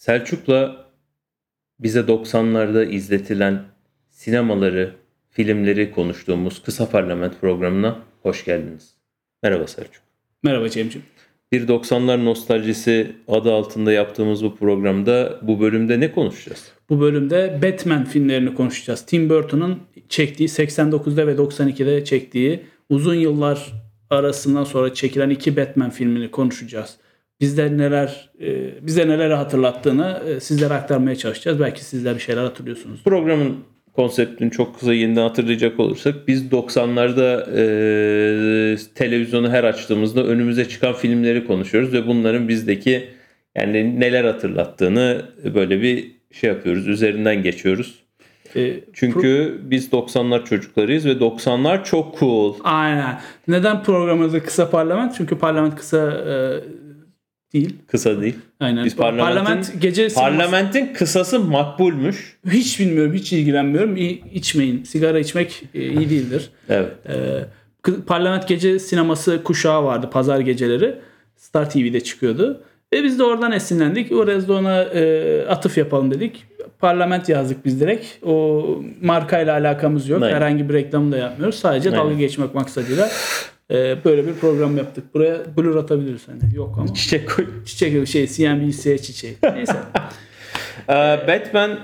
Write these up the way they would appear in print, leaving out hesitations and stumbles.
Selçuk'la bize 90'larda izletilen sinemaları, filmleri konuştuğumuz Kısa Parlament programına hoş geldiniz. Merhaba Selçuk. Merhaba Cemciğim. Bir 90'lar nostaljisi adı altında yaptığımız bu programda bu bölümde ne konuşacağız? Bu bölümde Batman filmlerini konuşacağız. Tim Burton'un çektiği 89'da ve 92'de çektiği uzun yıllar arasından sonra çekilen iki Batman filmini konuşacağız. Bize neler hatırlattığını sizlere aktarmaya çalışacağız. Belki sizler bir şeyler hatırlıyorsunuz. Programın konseptini çok kısa yeniden hatırlayacak olursak biz 90'larda televizyonu her açtığımızda önümüze çıkan filmleri konuşuyoruz ve bunların bizdeki yani neler hatırlattığını böyle bir şey yapıyoruz, üzerinden geçiyoruz. Çünkü biz 90'lar çocuklarıyız ve 90'lar çok cool. Aynen. Neden programımızda kısa parlament? Çünkü parlament kısa değil. Kısa değil. Aynen. Biz parlamentin kısası makbulmuş. Hiç bilmiyorum, hiç ilgilenmiyorum. İçmeyin. Sigara içmek iyi değildir. Evet. Parlament gece sineması kuşağı vardı pazar geceleri. Star TV'de çıkıyordu. Ve biz de oradan esinlendik. Orada da ona atıf yapalım dedik. Parlament yazdık biz direkt. O markayla alakamız yok. Aynen. Herhangi bir reklamı da yapmıyoruz. Sadece dalga geçmek maksadıyla böyle bir program yaptık. Buraya blur atabiliriz hani. Yok ama. Çiçek koy. Çiçek yok CNBC çiçeği. Neyse. Batman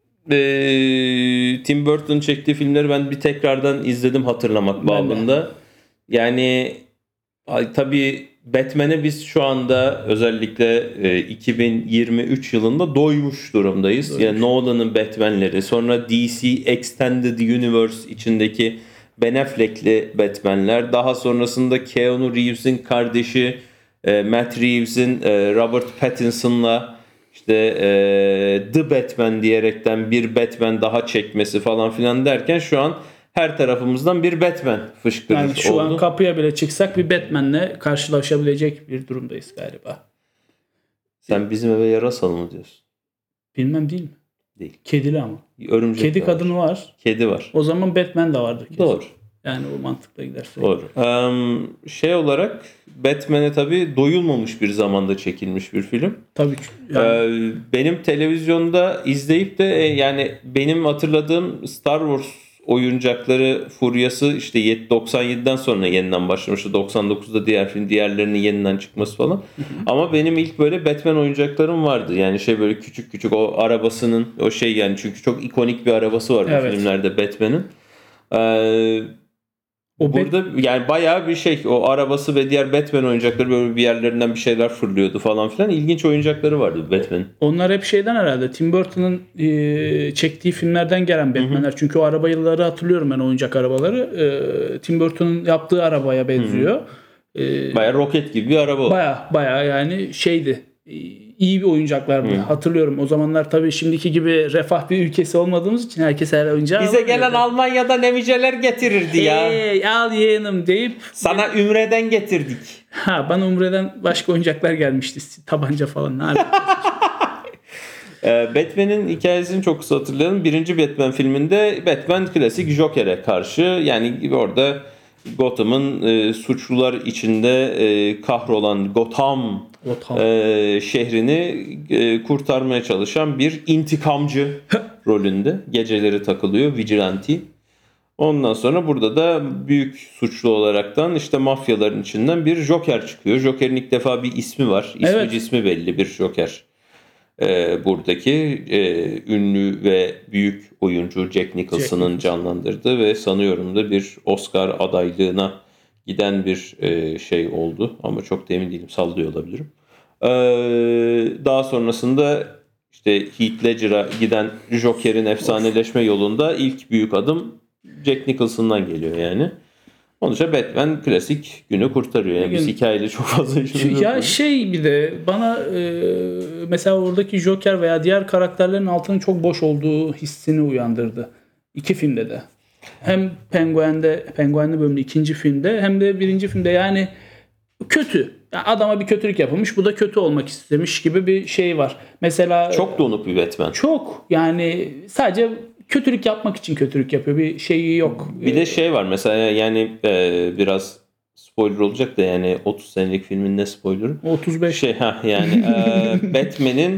Tim Burton çektiği filmleri ben bir tekrardan izledim hatırlamak babında. Yani tabii Batman'e biz şu anda özellikle 2023 yılında doymuş durumdayız. Yani Nolan'ın Batman'leri, sonra DC Extended Universe içindeki Ben Affleck'li Batman'ler, daha sonrasında Keanu Reeves'in kardeşi Matt Reeves'in Robert Pattinson'la işte The Batman diyerekten bir Batman daha çekmesi falan filan derken şu an her tarafımızdan bir Batman fışkırır yani şu oldu. an kapıya bile çıksak bir Batman'le karşılaşabilecek bir durumdayız galiba. Sen bizim eve yarasa mı diyorsun? Bilmem, değil mi? Değil. Kedili ama. Örümcek Kedi kadını var. Kedi var. O zaman Batman de vardır kesin. Doğru. Yani o mantıkla giderse. Doğru. Şey olarak Batman'e tabii doyulmamış bir zamanda çekilmiş bir film. Tabii ki. Yani. Benim televizyonda izleyip de yani benim hatırladığım Star Wars oyuncakları furyası işte 97'den sonra yeniden başlamıştı. 99'da diğerlerinin yeniden çıkması falan. Ama benim ilk böyle Batman oyuncaklarım vardı. Yani şey böyle küçük küçük o arabasının o şey yani çünkü çok ikonik bir arabası var bu filmlerde Batman'in. Burada yani bayağı bir şey o arabası ve diğer Batman oyuncakları böyle bir yerlerinden bir şeyler fırlıyordu falan filan. İlginç oyuncakları vardı Batman'in. Onlar hep şeyden herhalde Tim Burton'un çektiği filmlerden gelen Batman'ler. Hı-hı. Çünkü o arabaları hatırlıyorum ben, oyuncak arabaları. Tim Burton'un yaptığı arabaya benziyor. Bayağı roket gibi bir araba. Bayağı yani şeydi. İyi bir oyuncaklardı. Hatırlıyorum. O zamanlar tabii şimdiki gibi refah bir ülkesi olmadığımız için herkes her oyuncağı bize gelen Almanya'dan emiceler getirirdi ya. Al yeğenim deyip sana Ümre'den getirdik. Bana Umre'den başka oyuncaklar gelmişti. Tabanca falan. Batman'in hikayesini çok kısa hatırlayalım. Birinci Batman filminde Batman klasik Joker'e karşı yani orada Gotham'ın suçlular içinde kahrolan Gotham şehrini kurtarmaya çalışan bir intikamcı rolünde. Geceleri takılıyor, vigilante. Ondan sonra burada da büyük suçlu olaraktan işte mafyaların içinden bir Joker çıkıyor. Joker'in ilk defa bir ismi var. Cismi belli bir Joker. Buradaki ünlü ve büyük oyuncu Jack Nicholson'ın canlandırdığı ve sanıyorum da bir Oscar adaylığına giden bir şey oldu. Ama çok da emin değilim, sallıyor olabilirim. Daha sonrasında işte Heath Ledger'a giden Joker'in efsaneleşme yolunda ilk büyük adım Jack Nicholson'dan geliyor yani. Onun için Batman klasik günü kurtarıyor. Yani biz hikayeyle çok fazla işimiz yok. Ya bir de bana mesela oradaki Joker veya diğer karakterlerin altının çok boş olduğu hissini uyandırdı. İki filmde de. Hem Penguen'li bölümde ikinci filmde hem de birinci filmde yani kötü. Yani adama bir kötülük yapılmış. Bu da kötü olmak istemiş gibi bir şey var. Mesela çok donuk bir Batman. Çok yani sadece kötülük yapmak için kötülük yapıyor. Bir şeyi yok. Bir de şey var mesela yani biraz spoiler olacak da yani 30 senelik filmin ne spoilerı? 35. Yani Batman'in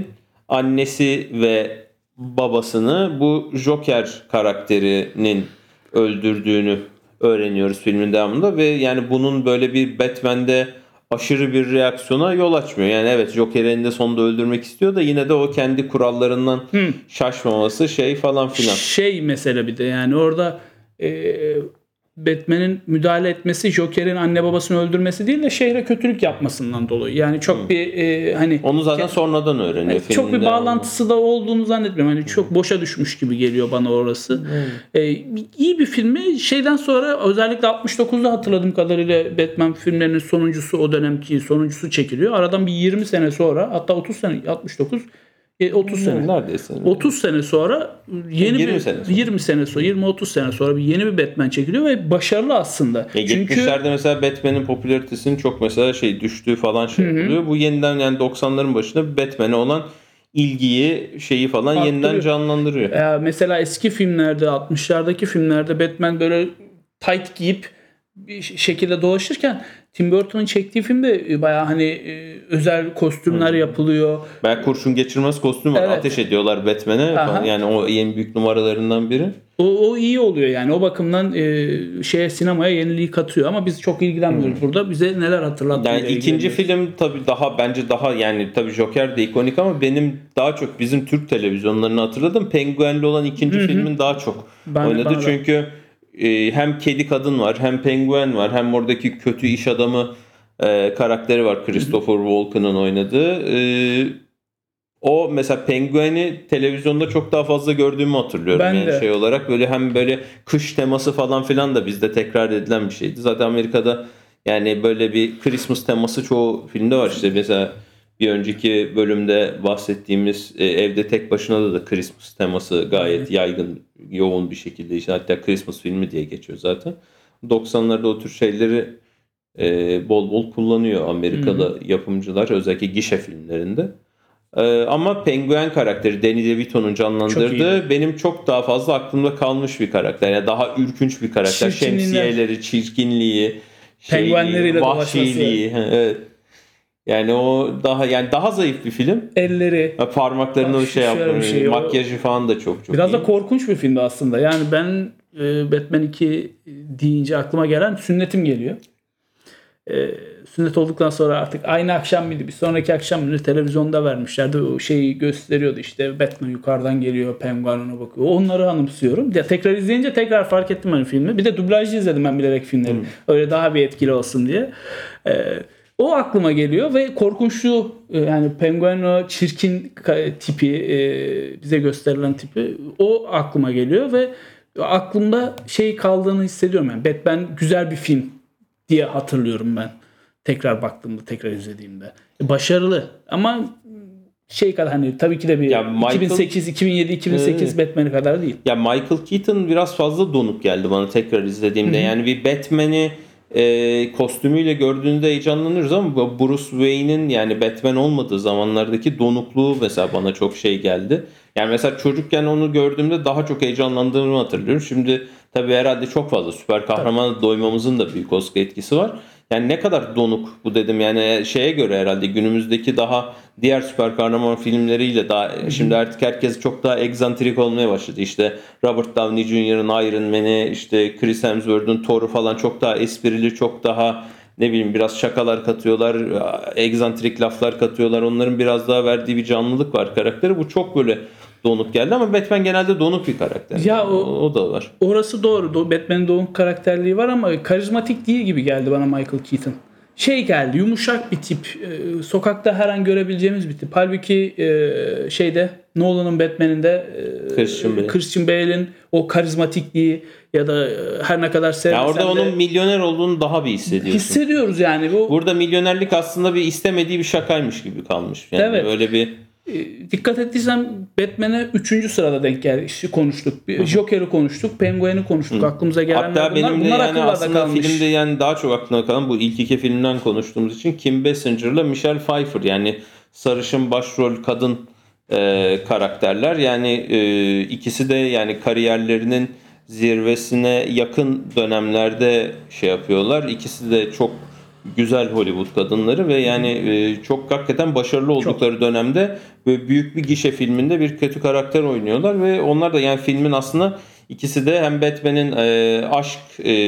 annesi ve babasını bu Joker karakterinin öldürdüğünü öğreniyoruz filmin devamında ve yani bunun böyle bir Batman'de aşırı bir reaksiyona yol açmıyor. Yani evet, Joker'i eninde sonunda öldürmek istiyor da yine de o kendi kurallarından şaşmaması falan filan. Mesele bir de yani orada Batman'in müdahale etmesi Joker'in anne babasını öldürmesi değil de şehre kötülük yapmasından dolayı. Yani çok bir hani Onu zaten sonradan öğreniyor. çok bir filmde. bağlantısı da olduğunu zannetmiyorum. Hani çok boşa düşmüş gibi geliyor bana orası. İyi bir filmi. Şeyden sonra özellikle 69'da hatırladığım kadarıyla Batman filmlerinin sonuncusu, o dönemki sonuncusu çekiliyor. Aradan bir 20 sene sonra, hatta 30 sene, 69 30 sene. Neredeyse. 30 sene sonra yeni 20 bir sene sonra. 20 sene sonra 20-30 sene sonra bir yeni bir Batman çekiliyor ve başarılı aslında. Çünkü 70'lerde mesela Batman'in popülaritesinin çok mesela düştüğü falan oluyor. Bu yeniden yani 90'ların başında Batman'e olan ilgiyi falan arttırıyor. yeniden canlandırıyor. Mesela eski filmlerde 60'lardaki filmlerde Batman böyle tight giyip bir şekilde dolaşırken Tim Burton'un çektiği filmde bayağı hani özel kostümler yapılıyor. Belki kurşun geçirmez kostüm var. Evet. Ateş ediyorlar Batman'e falan. Yani o en büyük numaralarından biri. O iyi oluyor yani. O bakımdan sinemaya yeniliği katıyor ama biz çok ilgilenmiyoruz burada. Bize neler hatırlattı. Yani ikinci film tabii bence daha yani tabii Joker de ikonik ama benim daha çok bizim Türk televizyonlarını hatırladım. Penguen'li olan ikinci filmin daha çok oynadı. bana da. Çünkü hem kedi kadın var, hem penguen var, hem oradaki kötü iş adamı karakteri var, Christopher Walken'ın oynadığı. O mesela Penguen'i televizyonda çok daha fazla gördüğümü hatırlıyorum. Ben Yani de. olarak böyle hem böyle kış teması falan filan da bizde tekrar edilen bir şeydi. Zaten Amerika'da yani böyle bir Christmas teması çoğu filmde var. İşte mesela bir önceki bölümde bahsettiğimiz Evde Tek Başına da Christmas teması gayet yaygın, yoğun bir şekilde. İşte hatta Christmas filmi diye geçiyor zaten. 90'larda o tür şeyleri bol bol kullanıyor Amerikalı yapımcılar, özellikle gişe filmlerinde. Ama Penguin karakteri Danny DeVito'nun canlandırdığı benim çok daha fazla aklımda kalmış bir karakter. Yani daha ürkünç bir karakter. Şemsiyeleri, çirkinliği, Penguenleriyle vahşiliği. Evet. Yani o daha zayıf bir film. Elleri, Parmaklarını o yapmış. Makyajı falan da çok biraz iyi. da korkunç bir filmdi aslında. Yani ben Batman 2 deyince aklıma gelen Sünnetim geliyor. Sünnet olduktan sonra artık aynı akşam mıydı, bir sonraki akşam mıydı, televizyonda vermişlerdi. O şeyi gösteriyordu işte, Batman yukarıdan geliyor, Penguin ona bakıyor. Onları anımsıyorum. Ya tekrar izleyince tekrar fark ettim hani filmi. Bir de dublajlı izledim ben bilerek filmleri. Öyle daha bir etkili olsun diye. O aklıma geliyor ve korkunçluğu, yani Penguin o çirkin tipi, bize gösterilen tipi, o aklıma geliyor ve aklımda kaldığını hissediyorum. Yani Batman güzel bir film diye hatırlıyorum ben. Tekrar baktığımda, tekrar izlediğimde. Başarılı ama kadar hani tabii ki de bir 2008, 2007, 2008 Batman'i kadar değil. Ya Michael Keaton biraz fazla donuk geldi bana tekrar izlediğimde. Yani bir Batman'i kostümüyle gördüğünde heyecanlanıyoruz ama Bruce Wayne'in yani Batman olmadığı zamanlardaki donukluğu mesela bana çok geldi. Yani mesela çocukken onu gördüğümde daha çok heyecanlandığımı hatırlıyorum. Şimdi tabii herhalde çok fazla süper kahramana doymamızın da büyük Oscar etkisi var. Yani ne kadar donuk bu dedim, yani göre herhalde günümüzdeki daha diğer süper kahraman filmleriyle daha şimdi artık herkes çok daha egzantrik olmaya başladı. İşte Robert Downey Jr.'ın Iron Man'i, işte Chris Hemsworth'un Thor'u falan çok daha esprili, çok daha biraz şakalar katıyorlar, egzantrik laflar katıyorlar. Onların biraz daha verdiği bir canlılık var karakteri. Bu çok böyle donuk geldi ama Batman genelde donuk bir karakter. Ya o da var. Orası doğru. Batman'in donuk karakterliği var ama karizmatik değil gibi geldi bana Michael Keaton. Geldi, yumuşak bir tip. Sokakta her an görebileceğimiz bir tip. Halbuki Nolan'ın Batman'inde Christian Bale'in o karizmatikliği ya da her ne kadar sevmesen ya orada onun milyoner olduğunu daha bir hissediyorsun. Hissediyoruz yani. Burada milyonerlik aslında bir istemediği bir şakaymış gibi kalmış. Yani evet. Öyle bir dikkat ettiysen Batman'e 3. sırada denk geldi. Konuştuk. Joker'i konuştuk. Penguin'i konuştuk. Aklımıza gelenler hatta bunlar. Benim de bunlar yani aslında kalmış. filmde yani daha çok aklımda kalan bu ilk iki filmden konuştuğumuz için Kim Basinger'la Michelle Pfeiffer, yani sarışın başrol kadın karakterler. Yani ikisi de yani kariyerlerinin zirvesine yakın dönemlerde yapıyorlar. İkisi de çok güzel Hollywood kadınları ve yani çok hakikaten başarılı oldukları dönemde böyle büyük bir gişe filminde bir kötü karakter oynuyorlar ve onlar da yani filmin aslında ikisi de hem Batman'in aşk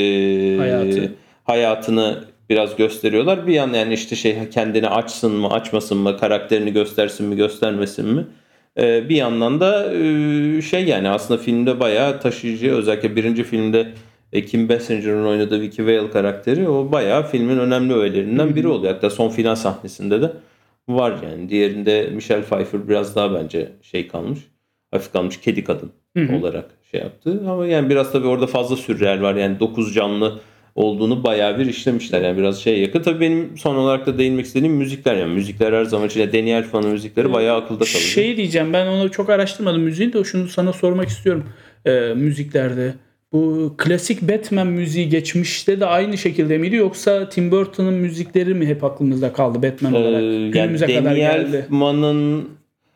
hayatını biraz gösteriyorlar. Bir yan yani işte kendini açsın mı, açmasın mı, karakterini göstersin mi, göstermesin mi? Bir yandan da yani aslında filmde bayağı taşıyıcı, özellikle birinci filmde Kim Basinger'ın oynadığı Vicky Vale karakteri o bayağı filmin önemli öğelerinden biri oluyor. Hatta son final sahnesinde de var yani. Diğerinde Michelle Pfeiffer biraz daha bence kalmış. Hafif kalmış, kedi kadın olarak yaptı. Ama yani biraz tabii orada fazla sürreal var. Yani 9 canlı olduğunu bayağı bir işlemişler. Yani biraz yakın. Tabii benim son olarak da değinmek istediğim müzikler. Yani müzikler her zaman için. Danny Elfman'ın müzikleri bayağı akılda kalıcı. Diyeceğim, ben onu çok araştırmadım müziğini de şunu sana sormak istiyorum. Müziklerde bu klasik Batman müziği geçmişte de aynı şekilde miydi, yoksa Tim Burton'ın müzikleri mi hep aklımızda kaldı Batman olarak? Günümüze Yani kadar Danny geldi. Elfman'ın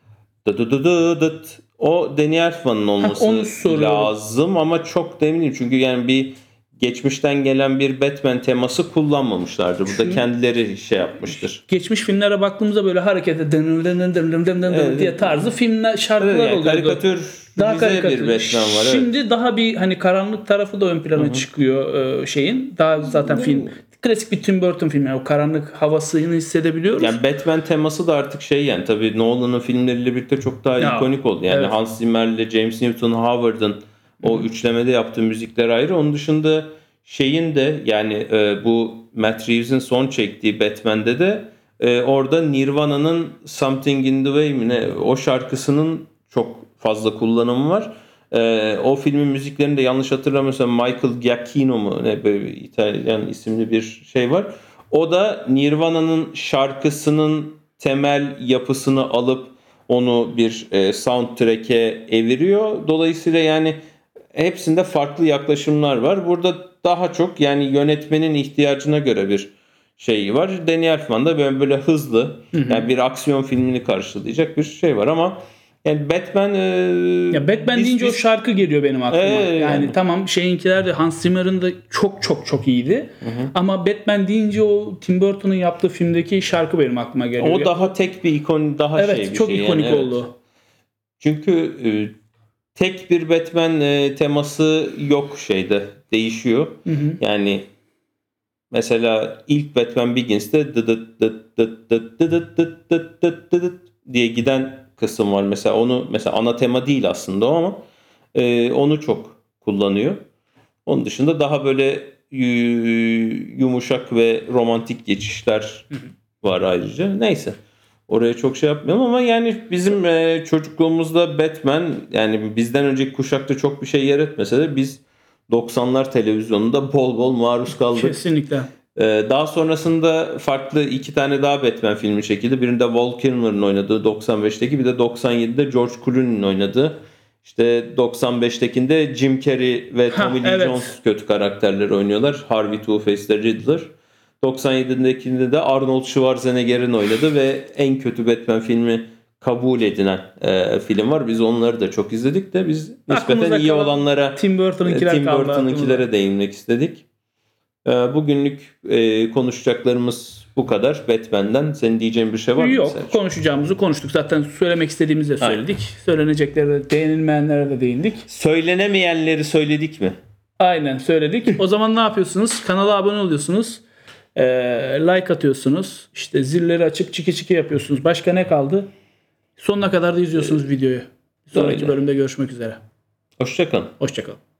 o Danny Elfman'ın olması lazım ama çok da eminim. Çünkü yani bir geçmişten gelen bir Batman teması kullanmamışlardır. Burada kendileri yapmıştır. Geçmiş filmlere baktığımızda böyle harekete diye tarzı filmler, şarkılar oluyordu. Karikatür, daha karikatür bir Batman var. Şimdi daha bir hani karanlık tarafı da ön plana çıkıyor şeyin. Daha zaten film klasik bir Tim Burton filmi. Yani o karanlık havasını hissedebiliyoruz. Yani Batman teması da artık yani tabii Nolan'ın filmleriyle birlikte çok daha ikonik oldu. Yani Hans Zimmer'le James Newton Howard'ın o üçlemede yaptığı müzikler ayrı. Onun dışında de yani bu Matt Reeves'in son çektiği Batman'de de orada Nirvana'nın Something in the Way mi ne, o şarkısının çok fazla kullanımı var. O filmin müziklerinde yanlış hatırlamıyorsam Michael Giacchino mu ne, böyle İtalyan isimli bir var. O da Nirvana'nın şarkısının temel yapısını alıp onu bir soundtrack'e eviriyor. Dolayısıyla yani hepsinde farklı yaklaşımlar var. Burada daha çok yani yönetmenin ihtiyacına göre bir var. Danny Elfman da böyle hızlı, yani bir aksiyon filmini karşılayacak bir var ama yani Batman deyince o şarkı geliyor benim aklıma. Yani tamam, şeyinkiler de Hans Zimmer'ın da çok iyiydi. Ama Batman deyince o Tim Burton'un yaptığı filmdeki şarkı benim aklıma geliyor. O daha tek bir ikon, daha bir çok ikonik oldu. Çünkü tek bir Batman teması yok değişiyor. Yani mesela ilk Batman Begins'te diye giden kısım var. Mesela onu ana tema değil aslında o ama onu çok kullanıyor. Onun dışında daha böyle yumuşak ve romantik geçişler var ayrıca. Neyse. Oraya çok yapmayalım ama yani bizim çocukluğumuzda Batman, yani bizden önceki kuşakta çok bir şey yer etmese de biz 90'lar televizyonunda bol bol maruz kaldık. Kesinlikle. Daha sonrasında farklı 2 tane daha Batman filmi çekildi. Birinde Val Kilmer'ın oynadığı 95'teki, bir de 97'de George Clooney'nin oynadığı. İşte 95'tekinde Jim Carrey ve Tommy Lee Jones kötü karakterleri oynuyorlar. Harvey Two-Face'de Riddler. 97'dekinde de Arnold Schwarzenegger'in oynadığı ve en kötü Batman filmi kabul edilen film var. Biz onları da çok izledik de biz nispeten iyi olanlara, Tim Burton'unkilere değinmek istedik. Bugünlük konuşacaklarımız bu kadar Batman'den. Senin diyeceğin bir şey var mı? Yok, konuşacağımızı konuştuk. Zaten söylemek istediğimizi de söyledik. Söyleneceklere, değinilmeyenlere de değindik. Söylenemeyenleri söyledik mi? Aynen, söyledik. O zaman ne yapıyorsunuz? Kanala abone oluyorsunuz. Like atıyorsunuz. İşte zilleri açıp çiki yapıyorsunuz. Başka ne kaldı? Sonuna kadar da izliyorsunuz videoyu. Sonraki bölümde görüşmek üzere. Hoşça kalın.